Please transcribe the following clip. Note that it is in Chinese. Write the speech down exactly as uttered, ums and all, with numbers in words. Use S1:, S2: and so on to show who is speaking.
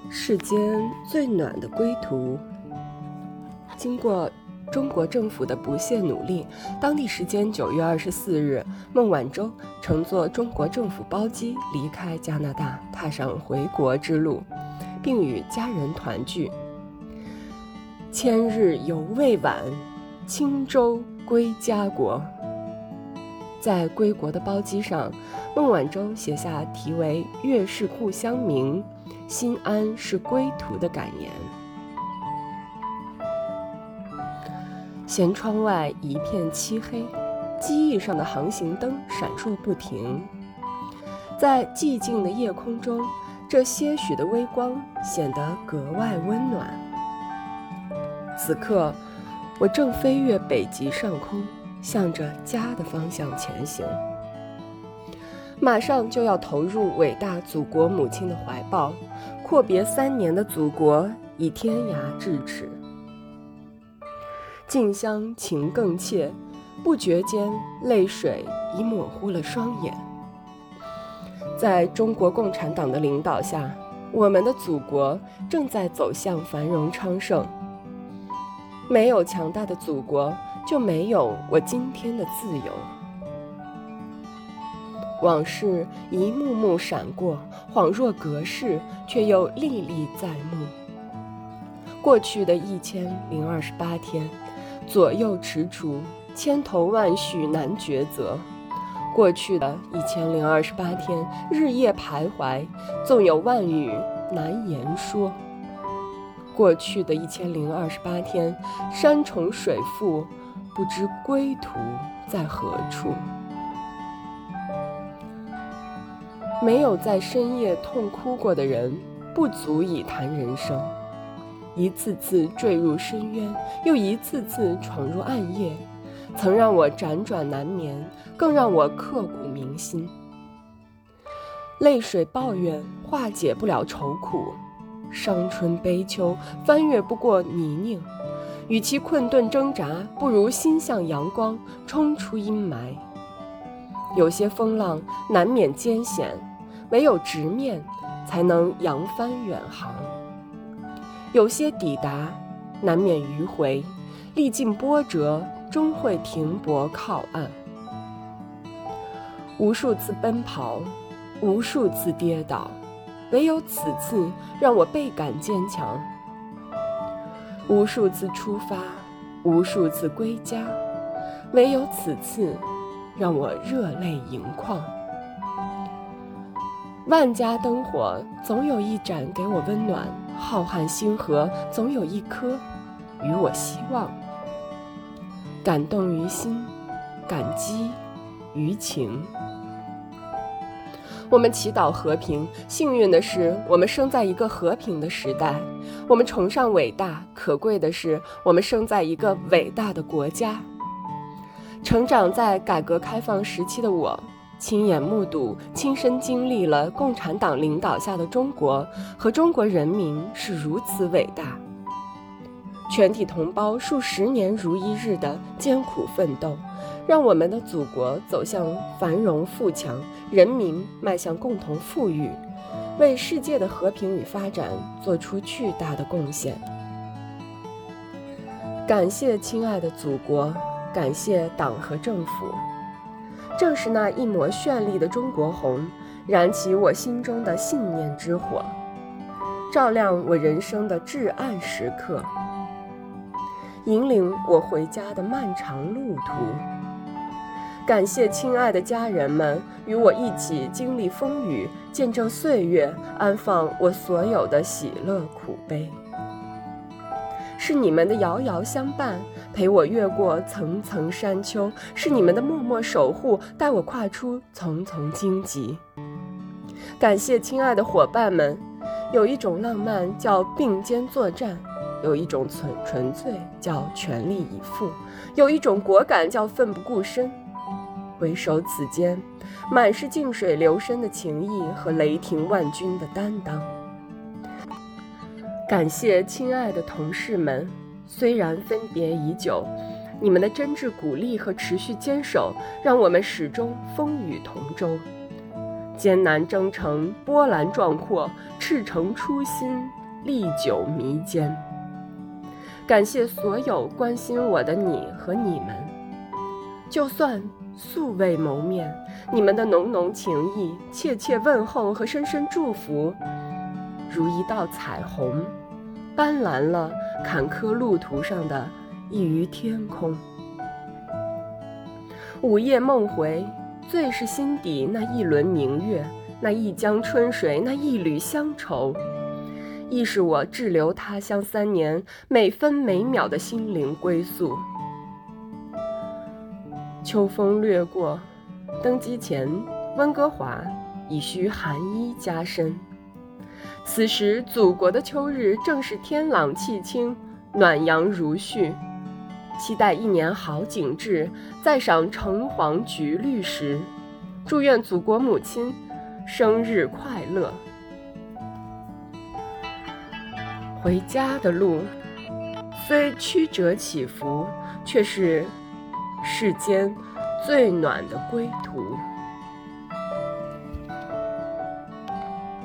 S1: 世间最暖的归途。经过中国政府的不懈努力，当地时间九月二十四日，孟晚舟乘坐中国政府包机离开加拿大，踏上回国之路，并与家人团聚。千日犹未晚，轻舟归家国。在归国的包机上，孟晚舟写下题为《月是故乡明，心安是归途》的感言。舷窗外一片漆黑，机翼上的航行灯闪烁不停。在寂静的夜空中，这些许的微光显得格外温暖。此刻，我正飞越北极上空，向着家的方向前行。马上就要投入伟大祖国母亲的怀抱，阔别三年的祖国已天涯咫尺。近乡情更切，不觉间泪水已模糊了双眼。在中国共产党的领导下，我们的祖国正在走向繁荣昌盛。没有强大的祖国，就没有我今天的自由。往事一幕幕闪过，恍若隔世，却又历历在目。过去的一千零二十八天，左右踟蹰，千头万绪难抉择。过去的一千零二十八天，日夜徘徊，纵有万语难言说。过去的一千零二十八天，山重水复，不知归途在何处。没有在深夜痛哭过的人，不足以谈人生。一次次坠入深渊，又一次次闯入暗夜，曾让我辗转难眠，更让我刻骨铭心。泪水抱怨化解不了愁苦，伤春悲秋翻越不过泥泞。与其困顿挣扎，不如心向阳光，冲出阴霾。有些风浪难免艰险，唯有直面，才能扬帆远航。有些抵达难免迂回，历尽波折，终会停泊靠岸。无数次奔跑，无数次跌倒，唯有此次让我倍感坚强。无数次出发，无数次归家，唯有此次让我热泪盈眶。万家灯火，总有一盏给我温暖；浩瀚星河，总有一颗与我希望。感动于心，感激于情。我们祈祷和平，幸运的是，我们生在一个和平的时代；我们崇尚伟大，可贵的是，我们生在一个伟大的国家。成长在改革开放时期的我，亲眼目睹、亲身经历了共产党领导下的中国和中国人民是如此伟大。全体同胞数十年如一日的艰苦奋斗，让我们的祖国走向繁荣富强，人民迈向共同富裕，为世界的和平与发展做出巨大的贡献。感谢亲爱的祖国，感谢党和政府。正是那一抹绚丽的中国红，燃起我心中的信念之火，照亮我人生的至暗时刻，引领我回家的漫长路途。感谢亲爱的家人们，与我一起经历风雨，见证岁月，安放我所有的喜乐苦悲。是你们的遥遥相伴，陪我越过层层山丘；是你们的默默守护，带我跨出重重荆棘。感谢亲爱的伙伴们，有一种浪漫叫并肩作战，有一种纯纯粹叫全力以赴，有一种果敢叫奋不顾身。回首此间，满是静水流深的情谊和雷霆万钧的担当。感谢亲爱的同事们，虽然分别已久，你们的真挚鼓励和持续坚守，让我们始终风雨同舟。 艰难征程，波澜壮阔，赤诚初心，历久弥坚。感谢所有关心我的你和你们，就算素未谋面，你们的浓浓情谊、切切问候和深深祝福，如一道彩虹，斑斓了坎坷路途上的一隅天空。午夜梦回，最是心底那一轮明月，那一江春水，那一缕乡愁，亦是我滞留他乡三年每分每秒的心灵归宿。秋风掠过，登机前，温哥华已需寒衣加身。此时祖国的秋日正是天朗气清，暖阳如絮，期待一年好景致，再赏橙黄橘绿时，祝愿祖国母亲生日快乐。回家的路虽曲折起伏，却是世间最暖的归途。